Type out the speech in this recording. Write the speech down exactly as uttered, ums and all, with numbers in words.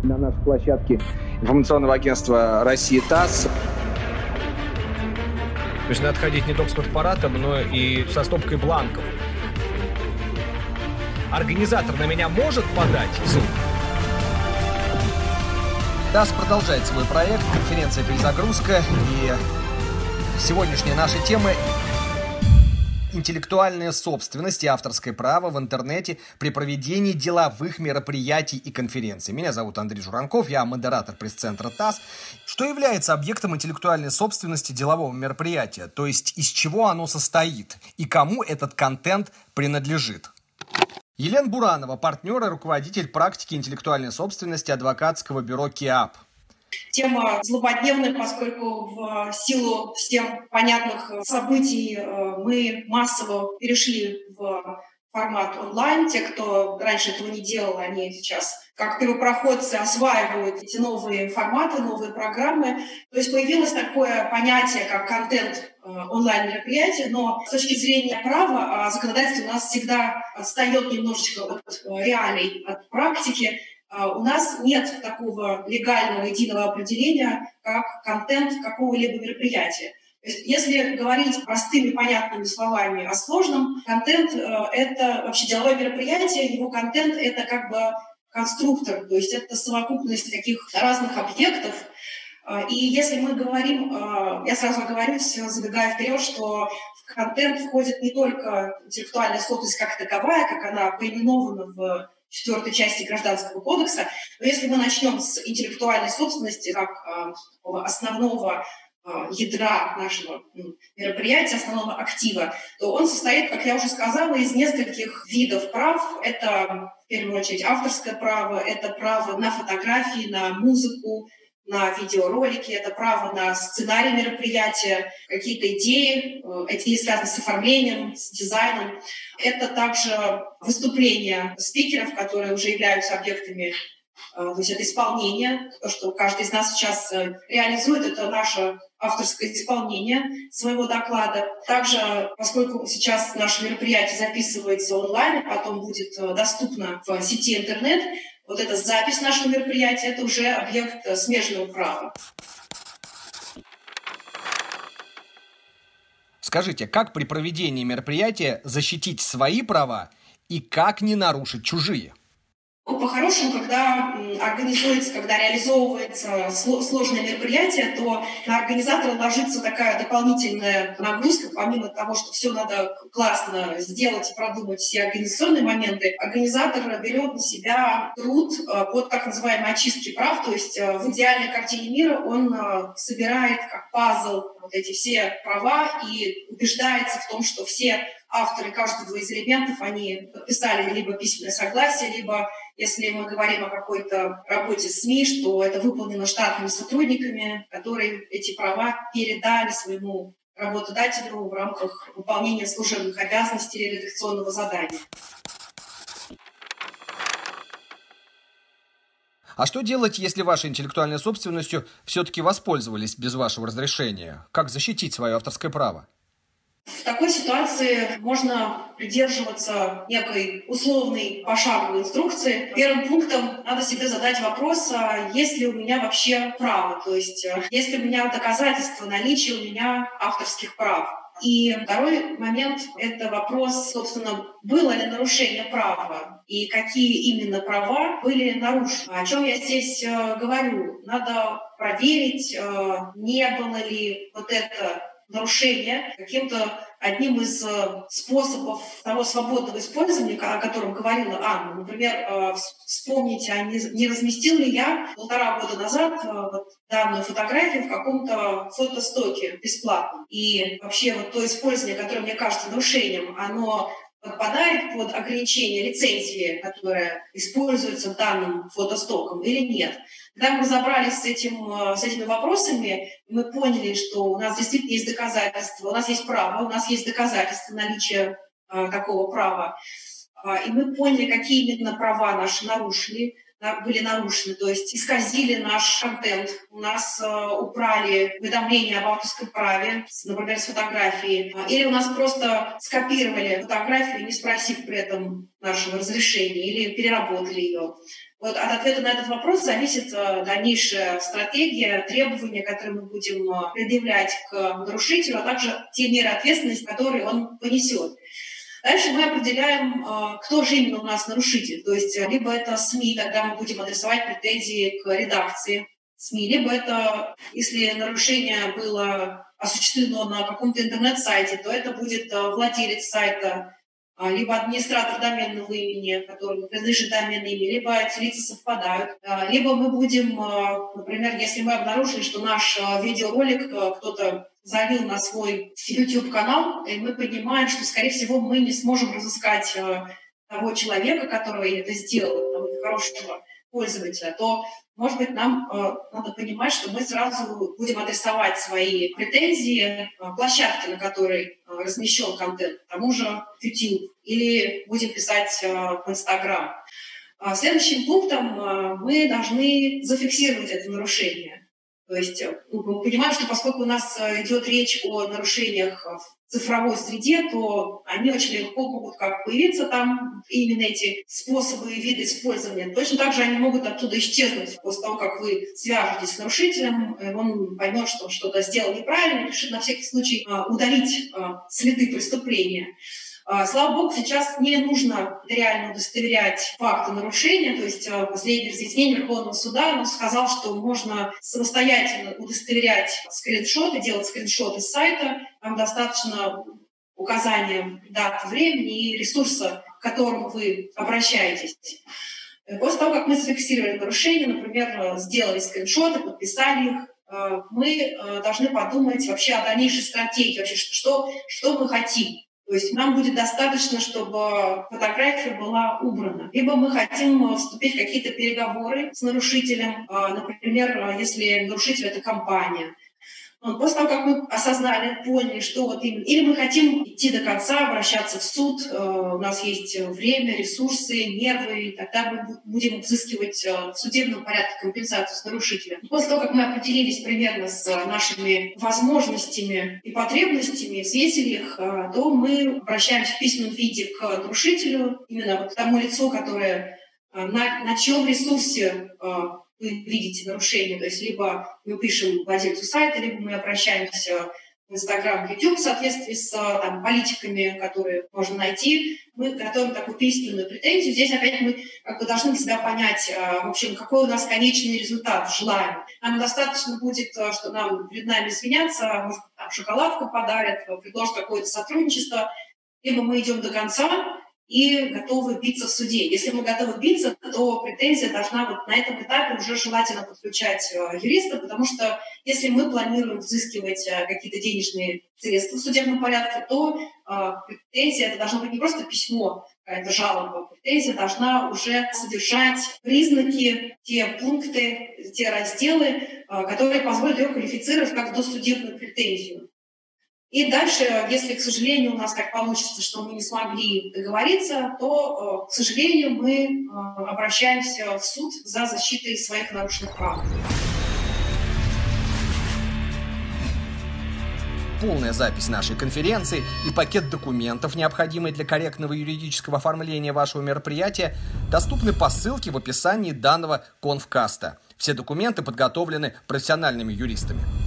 На нашей площадке информационного агентства «Россия ТАСС». То есть надо ходить не только с фотоаппаратом, но и со стопкой бланков. Организатор на меня может подать звук? ТАСС продолжает свой проект, конференция «Перезагрузка», и сегодняшняя наша тема – интеллектуальная собственность и авторское право в интернете при проведении деловых мероприятий и конференций. Меня зовут Андрей Журанков, я модератор пресс-центра ТАСС. Что является объектом интеллектуальной собственности делового мероприятия? То есть из чего оно состоит и кому этот контент принадлежит? Елена Буранова, партнер и руководитель практики интеллектуальной собственности адвокатского бюро КИАП. Тема злободневная, поскольку в силу всем понятных событий мы массово перешли в формат онлайн. Те, кто раньше этого не делал, они сейчас как первопроходцы осваивают эти новые форматы, новые программы. То есть появилось такое понятие, как контент онлайн-мероприятия, но с точки зрения права законодательство у нас всегда отстает немножечко от реалий, от практики. У нас нет такого легального единого определения, как контент какого-либо мероприятия. То есть, если говорить простыми, понятными словами о сложном, контент — это вообще деловое мероприятие, его контент — это как бы конструктор, то есть это совокупность таких разных объектов. И если мы говорим, я сразу оговорюсь, забегая вперед, что в контент входит не только интеллектуальная собственность как таковая, как она поименована в четвертой части Гражданского кодекса. Но если мы начнем с интеллектуальной собственности как э, такого основного э, ядра нашего ну, мероприятия, основного актива, то он состоит, как я уже сказала, из нескольких видов прав. Это, в первую очередь, авторское право, это право на фотографии, на музыку, на видеоролики, это право на сценарий мероприятия, какие-то идеи, эти идеи связаны с оформлением, с дизайном. Это также выступления спикеров, которые уже являются объектами, то есть это исполнение, то, что каждый из нас сейчас реализует, это наше авторское исполнение своего доклада. Также, поскольку сейчас наше мероприятие записывается онлайн, потом будет доступно в сети интернет, вот эта запись нашего мероприятия — это уже объект смежного права. Скажите, как при проведении мероприятия защитить свои права и как не нарушить чужие? По-хорошему, когда организуется, когда реализовывается сложное мероприятие, то на организатора ложится такая дополнительная нагрузка, помимо того, что все надо классно сделать и продумать все организационные моменты, организатор берет на себя труд под так называемой очистки прав, то есть в идеальной картине мира он собирает как пазл вот эти все права и убеждается в том, что все авторы каждого из элементов, они подписали либо письменное согласие, либо, если мы говорим о какой-то работе с СМИ, что это выполнено штатными сотрудниками, которые эти права передали своему работодателю в рамках выполнения служебных обязанностей или редакционного задания. А что делать, если вашей интеллектуальной собственностью все-таки воспользовались без вашего разрешения? Как защитить свое авторское право? В такой ситуации можно придерживаться некой условной пошаговой инструкции. Первым пунктом надо себе задать вопрос, а есть ли у меня вообще право, то есть есть ли у меня доказательства наличия у меня авторских прав. И второй момент — это вопрос, собственно, было ли нарушение права и какие именно права были нарушены. О чем я здесь э, говорю? Надо проверить, э, не было ли вот это нарушение каким-то одним из способов того свободного использования, о котором говорила Анна. Например, вспомните, а не разместил ли я полтора года назад вот данную фотографию в каком-то фотостоке бесплатно. И вообще вот то использование, которое мне кажется нарушением, оно подпадает под ограничение лицензии, которая используется данным фотостоком, или нет. Когда мы разобрались с, этим, с этими вопросами, мы поняли, что у нас действительно есть доказательства, у нас есть право, у нас есть доказательства наличия э, такого права. Э, и мы поняли, какие именно права наши нарушили. были нарушены, то есть исказили наш контент, у нас э, убрали уведомления об авторском праве, например, с фотографии, или у нас просто скопировали фотографию, не спросив при этом нашего разрешения, или переработали ее. Вот от ответа на этот вопрос зависит э, дальнейшая стратегия, требования, которые мы будем э, предъявлять к нарушителю, а также те меры ответственности, которые он понесет. Дальше мы определяем, кто же именно у нас нарушитель. То есть либо это СМИ, тогда мы будем адресовать претензии к редакции СМИ, либо это, если нарушение было осуществлено на каком-то интернет-сайте, то это будет владелец сайта, либо администратор доменного имени, который принадлежит доменное имя, либо эти лица совпадают. Либо мы будем, например, если мы обнаружили, что наш видеоролик кто-то залил на свой YouTube-канал, и мы понимаем, что, скорее всего, мы не сможем разыскать того человека, который это сделал, того хорошего пользователя, то, может быть, нам э, надо понимать, что мы сразу будем адресовать свои претензии э, площадке, на которой э, размещен контент, к тому же YouTube, или будем писать э, в Instagram. А следующим пунктом э, мы должны зафиксировать это нарушение. То есть мы понимаем, что поскольку у нас идет речь о нарушениях в цифровой среде, то они очень легко могут как появиться там, именно эти способы и виды использования. Точно так же они могут оттуда исчезнуть после того, как вы свяжетесь с нарушителем, он поймет, что он что-то сделал неправильно, решит на всякий случай удалить следы преступления. Слава богу, сейчас не нужно реально удостоверять факты нарушения. То есть последнее разъяснение Верховного суда нам сказал, что можно самостоятельно удостоверять скриншоты, делать скриншоты с сайта. Там достаточно указания даты, времени и ресурса, к которому вы обращаетесь. После того, как мы зафиксировали нарушение, например, сделали скриншоты, подписали их, мы должны подумать вообще о дальнейшей стратегии, вообще, что, что мы хотим. То есть нам будет достаточно, чтобы фотография была убрана. Либо мы хотим вступить в какие-то переговоры с нарушителем, например, если нарушитель — это компания. После того, как мы осознали, поняли, что вот именно... Или мы хотим идти до конца, обращаться в суд, у нас есть время, ресурсы, нервы, и тогда мы будем взыскивать в судебном порядке компенсацию с нарушителем. После того, как мы определились примерно с нашими возможностями и потребностями, взвесили их, то мы обращаемся в письменном виде к нарушителю, именно вот к тому лицу, которое на, на чьем ресурсе вы видите нарушение, то есть либо мы пишем владельцу сайта, либо мы обращаемся в Instagram, YouTube в соответствии с там, политиками, которые можно найти. Мы готовим такую письменную претензию. Здесь опять мы как бы должны для себя понять, в общем, какой у нас конечный результат, желаем. Нам достаточно будет, что нам перед нами извинятся, может, там, шоколадку подарят, предложат какое-то сотрудничество, либо мы идем до конца и готовы биться в суде. Если мы готовы биться, то претензия должна вот на этом этапе уже желательно подключать юриста, потому что если мы планируем взыскивать какие-то денежные средства в судебном порядке, то претензия это должно быть не просто письмо, какая-то жалоба, претензия должна уже содержать признаки, те пункты, те разделы, которые позволят ее квалифицировать как досудебную претензию. И дальше, если, к сожалению, у нас так получится, что мы не смогли договориться, то, к сожалению, мы обращаемся в суд за защитой своих нарушенных прав. Полная запись нашей конференции и пакет документов, необходимый для корректного юридического оформления вашего мероприятия, доступны по ссылке в описании данного конфкаста. Все документы подготовлены профессиональными юристами.